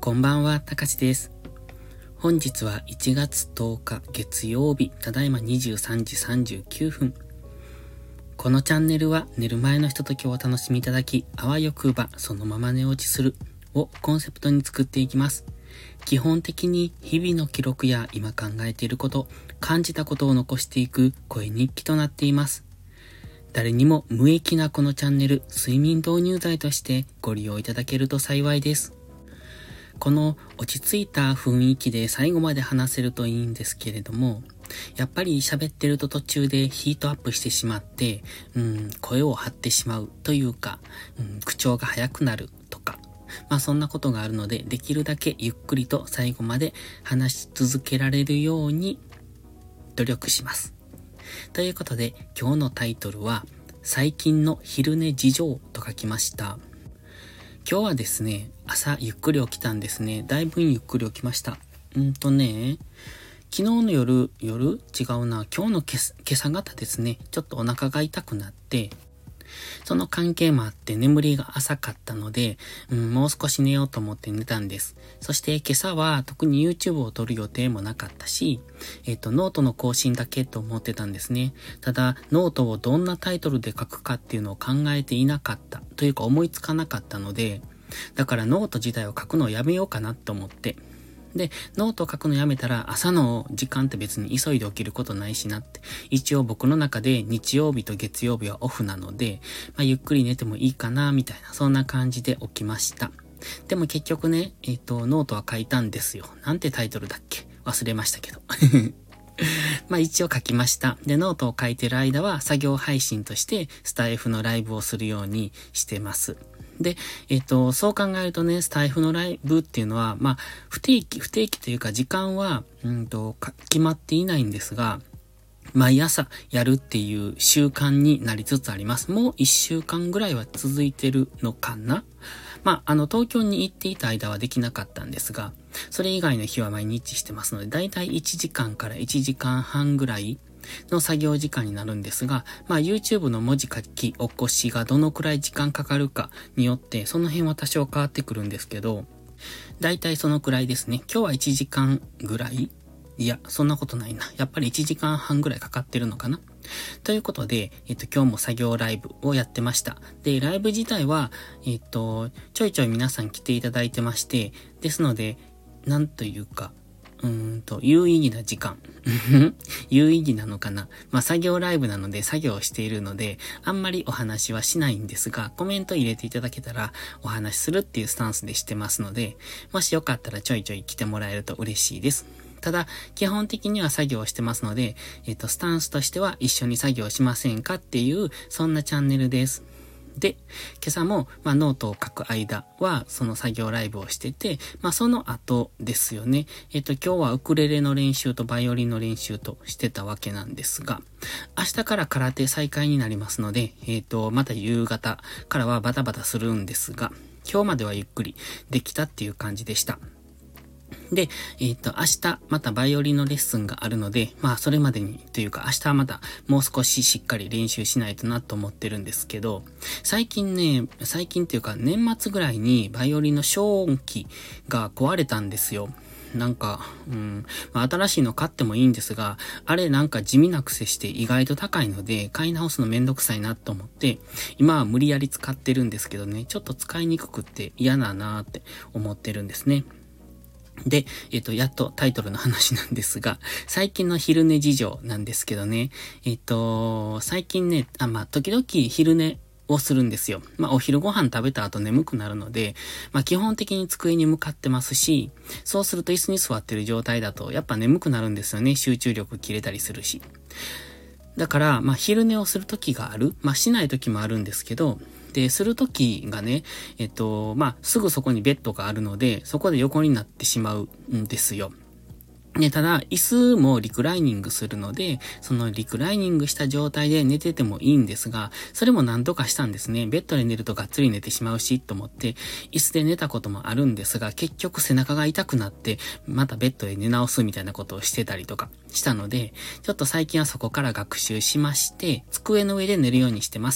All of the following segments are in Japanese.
こんばんは、たかしです。本日は1月10日月曜日、ただいま23時39分。このチャンネルは寝る前のひとときをお楽しみいただき、あわよくばそのまま寝落ちするをコンセプトに作っていきます。基本的に日々の記録や今考えていること、感じたことを残していく声日記となっています。誰にも無益なこのチャンネル、睡眠導入剤としてご利用いただけると幸いです。この落ち着いた雰囲気で最後まで話せるといいんですけれども、やっぱり喋ってると途中でヒートアップしてしまって、声を張ってしまうというか、口調が速くなるとか、そんなことがあるので、できるだけゆっくりと最後まで話し続けられるように努力します。ということで、今日のタイトルは、最近の昼寝事情と書きました。今日はですね、朝ゆっくり起きたんですね。だいぶゆっくり起きました。昨日の夜違うな、今日の今朝方ですね、ちょっとお腹が痛くなって、その関係もあって眠りが浅かったので、もう少し寝ようと思って寝たんです。そして今朝は特に YouTube を撮る予定もなかったし、ノートの更新だけと思ってたんですね。ただ、ノートをどんなタイトルで書くかっていうのを考えていなかったというか思いつかなかったので、だからノート自体を書くのをやめようかなと思って、で、ノートを書くのやめたら朝の時間って別に急いで起きることないしなって。一応僕の中で日曜日と月曜日はオフなので、ゆっくり寝てもいいかな、みたいな、そんな感じで起きました。でも結局ね、ノートは書いたんですよ。なんてタイトルだっけ？忘れましたけど。一応書きました。で、ノートを書いてる間は作業配信としてスタイフのライブをするようにしてます。で、そう考えるとね、スタイフのライブっていうのは、不定期というか時間は、決まっていないんですが、毎朝やるっていう習慣になりつつあります。もう1週間ぐらいは続いてるのかな？東京に行っていた間はできなかったんですが、それ以外の日は毎日してますので、だいたい1時間から1時間半ぐらいの作業時間になるんですが、YouTube の文字書き起こしがどのくらい時間かかるかによって、その辺は多少変わってくるんですけど、だいたいそのくらいですね。今日は1時間ぐらい？いや、そんなことないな。やっぱり1時間半ぐらいかかってるのかな？ということで、今日も作業ライブをやってました。で、ライブ自体は、ちょいちょい皆さん来ていただいてまして、ですので、なんというか、有意義な時間。有意義なのかな？作業ライブなので作業をしているので、あんまりお話はしないんですが、コメント入れていただけたらお話しするっていうスタンスでしてますので、もしよかったらちょいちょい来てもらえると嬉しいです。ただ、基本的には作業をしてますので、スタンスとしては一緒に作業しませんかっていう、そんなチャンネルです。で、今朝も、ノートを書く間は、その作業ライブをしてて、その後ですよね。今日はウクレレの練習とバイオリンの練習としてたわけなんですが、明日から空手再開になりますので、また夕方からはバタバタするんですが、今日まではゆっくりできたっていう感じでした。で、明日またバイオリンのレッスンがあるので、それまでにというか明日はまたもう少ししっかり練習しないとなと思ってるんですけど、最近っていうか年末ぐらいにバイオリンの消音器が壊れたんですよ。新しいの買ってもいいんですが、あれ地味な癖して意外と高いので、買い直すのめんどくさいなと思って、今は無理やり使ってるんですけどね、ちょっと使いにくくって嫌だなーって思ってるんですね。で、やっとタイトルの話なんですが、最近の昼寝事情なんですけどね、最近ね、時々昼寝をするんですよ。お昼ご飯食べた後眠くなるので、基本的に机に向かってますし、そうすると椅子に座ってる状態だと、やっぱ眠くなるんですよね。集中力切れたりするし。だから、昼寝をする時がある。しない時もあるんですけど、で、する時がね、すぐそこにベッドがあるので、そこで横になってしまうんですよ。ね、ただ、椅子もリクライニングするので、そのリクライニングした状態で寝ててもいいんですが、それも何とかしたんですね。ベッドで寝るとがっつり寝てしまうし、と思って、椅子で寝たこともあるんですが、結局背中が痛くなって、またベッドで寝直すみたいなことをしてたりとかしたので、ちょっと最近はそこから学習しまして、机の上で寝るようにしてます。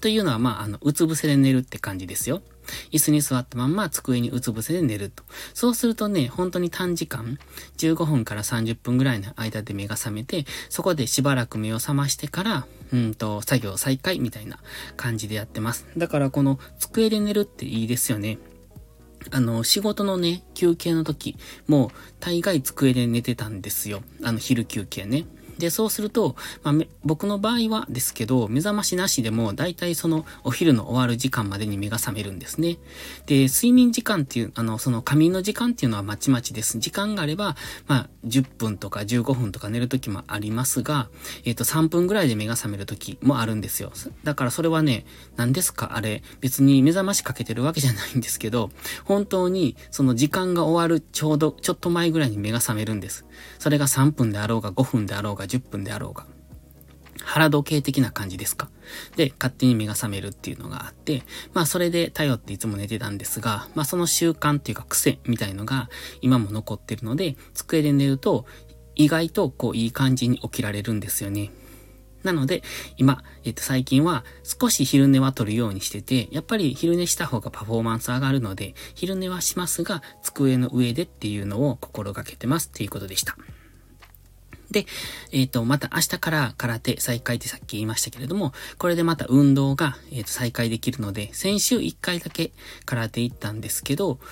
というのはうつ伏せで寝るって感じですよ。椅子に座ったまんま机にうつ伏せで寝ると。そうするとね、本当に短時間、15分から30分ぐらいの間で目が覚めて、そこでしばらく目を覚ましてから、作業再開みたいな感じでやってます。だからこの机で寝るっていいですよね。仕事のね、休憩の時、もう大概机で寝てたんですよ。昼休憩ね。で、そうすると、僕の場合はですけど、目覚ましなしでも、だいたいそのお昼の終わる時間までに目が覚めるんですね。で、睡眠時間っていう、その仮眠の時間っていうのはまちまちです。時間があれば、10分とか15分とか寝る時もありますが、3分ぐらいで目が覚める時もあるんですよ。だからそれはね、何ですかあれ、別に目覚ましかけてるわけじゃないんですけど、本当にその時間が終わるちょっと前ぐらいに目が覚めるんです。それが3分であろうが5分であろうが10分であろうが。腹時計的な感じですか。で、勝手に目が覚めるっていうのがあって、それで頼っていつも寝てたんですが、その習慣っていうか癖みたいのが今も残ってるので、机で寝ると意外といい感じに起きられるんですよね。なので、今、最近は少し昼寝は取るようにしてて、やっぱり昼寝した方がパフォーマンス上がるので、昼寝はしますが、机の上でっていうのを心がけてますっていうことでした。で、また明日から空手再開ってさっき言いましたけれども、これでまた運動が、再開できるので、先週1回だけ空手行ったんですけど、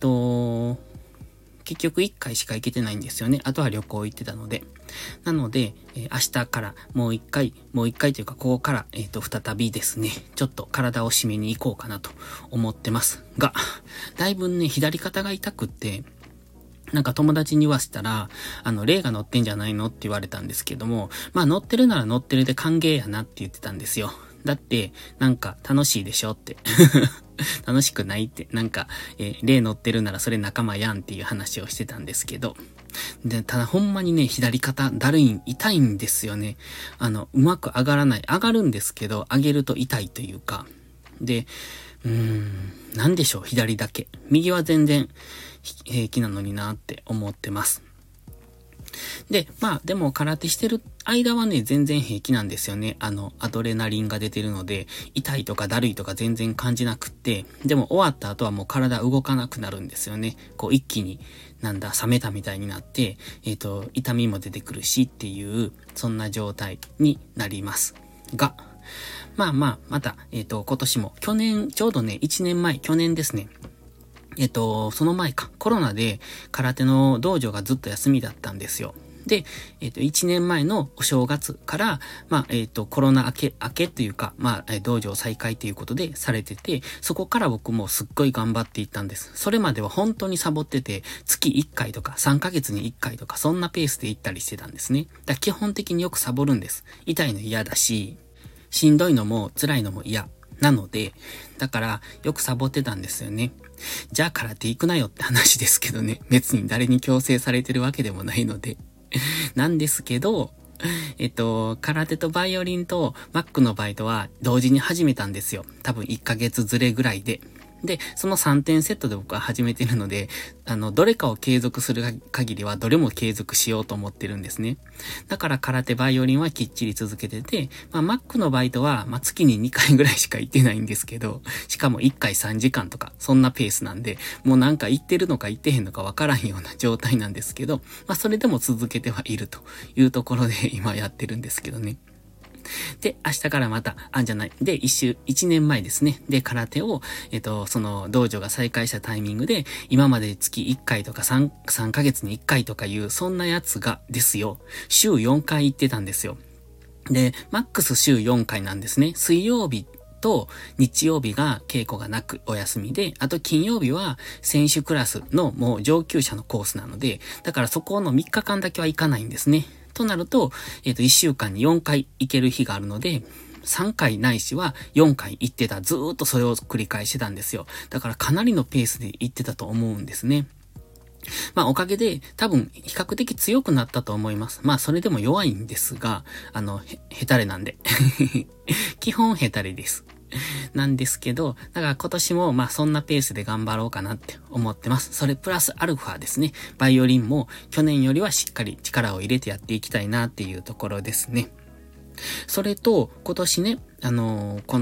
結局1回しか行けてないんですよね。あとは旅行行ってたので。なので、明日からもう一回というか、ここから、再びですね、ちょっと体を締めに行こうかなと思ってますが、だいぶね、左肩が痛くって、なんか友達に言わせたら、霊が乗ってんじゃないのって言われたんですけども、乗ってるなら乗ってるで歓迎やなって言ってたんですよ。だって、なんか楽しいでしょって。楽しくないって、なんか、霊乗ってるならそれ仲間やんっていう話をしてたんですけど。で、ただほんまにね、左肩痛いんですよね。うまく上がらない。上がるんですけど、上げると痛いというか。で、なんでしょう、左だけ。右は全然平気なのになって思ってます。で、でも空手してる間はね、全然平気なんですよね。アドレナリンが出てるので、痛いとかだるいとか全然感じなくって、でも終わった後はもう体動かなくなるんですよね。一気に、冷めたみたいになって、痛みも出てくるしっていう、そんな状態になります。が、また、今年も、ちょうどね、1年前、去年ですね。その前か、コロナで空手の道場がずっと休みだったんですよ。で、1年前のお正月から、コロナ明けというか、道場再開ということでされてて、そこから僕もすっごい頑張っていったんです。それまでは本当にサボってて、月1回とか3ヶ月に1回とか、そんなペースで行ったりしてたんですね。だから基本的によくサボるんです。痛いの嫌だし、しんどいのも辛いのも嫌。なので、だからよくサボってたんですよね。じゃあ空手行くなよって話ですけどね。別に誰に強制されてるわけでもないので。なんですけど、空手とバイオリンとマックのバイトは同時に始めたんですよ。多分1ヶ月ずれぐらいで。で、その3点セットで僕は始めてるので、どれかを継続する限りはどれも継続しようと思ってるんですね。だから空手バイオリンはきっちり続けてて、マックのバイトは、月に2回ぐらいしか行ってないんですけど、しかも1回3時間とか、そんなペースなんで、もうなんか行ってるのか行ってへんのかわからんような状態なんですけど、それでも続けてはいるというところで今やってるんですけどね。で、明日からまた、で、1年前ですね。で、空手を、その、道場が再開したタイミングで、今まで月1回とか3ヶ月に1回とかいう、そんなやつがですよ、週4回行ってたんですよ。で、マックス週4回なんですね。水曜日と日曜日が稽古がなくお休みで、あと金曜日は選手クラスのもう上級者のコースなので、だからそこの3日間だけは行かないんですね。となると、1週間に4回行ける日があるので、3回ないしは4回行ってた。ずーっとそれを繰り返してたんですよ。だからかなりのペースで行ってたと思うんですね。おかげで多分比較的強くなったと思います。それでも弱いんですが、ヘタレなんで。基本ヘタレです。なんですけど、だから今年もそんなペースで頑張ろうかなって思ってます。それプラスアルファですね。バイオリンも去年よりはしっかり力を入れてやっていきたいなっていうところですね。それと、今年ね、この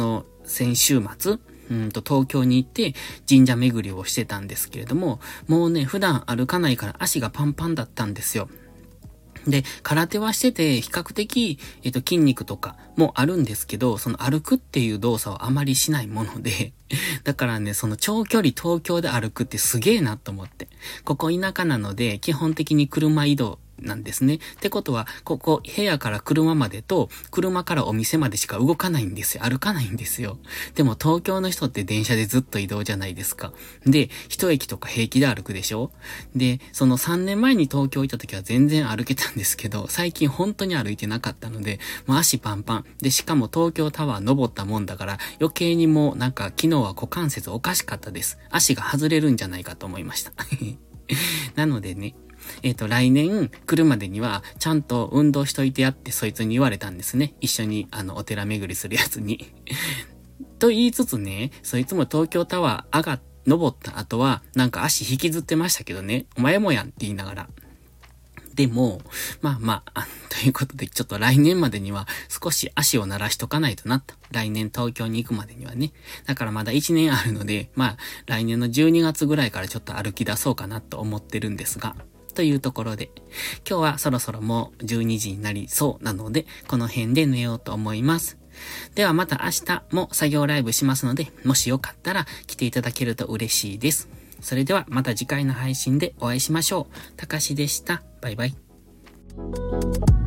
先週末、東京に行って神社巡りをしてたんですけれども、もうね、普段歩かないから足がパンパンだったんですよ。で、空手はしてて、比較的、筋肉とかもあるんですけど、その歩くっていう動作をあまりしないもので、だからね、その長距離東京で歩くってすげえなと思って。ここ田舎なので、基本的に車移動なんですね。ってことは、ここ部屋から車までと、車からお店までしか動かないんですよ。歩かないんですよ。でも東京の人って電車でずっと移動じゃないですか。で、一駅とか平気で歩くでしょ？で、その3年前に東京行った時は全然歩けたんですけど、最近本当に歩いてなかったので、もう足パンパン。で、しかも東京タワー登ったもんだから、余計にもうなんか昨日は股関節おかしかったです。足が外れるんじゃないかと思いました。なのでね、来年来るまでにはちゃんと運動しといてやってそいつに言われたんですね。一緒にお寺巡りするやつに。と言いつつね、そいつも東京タワー登った後はなんか足引きずってましたけどね、お前もやんって言いながら。でも、ということでちょっと来年までには少し足を慣らしとかないとなと。来年東京に行くまでにはね。だからまだ1年あるので、来年の12月ぐらいからちょっと歩き出そうかなと思ってるんですが。というところで、今日はそろそろもう12時になりそうなので、この辺で寝ようと思います。ではまた明日も作業ライブしますので、もしよかったら来ていただけると嬉しいです。それではまた次回の配信でお会いしましょう。たかしでした。バイバイ。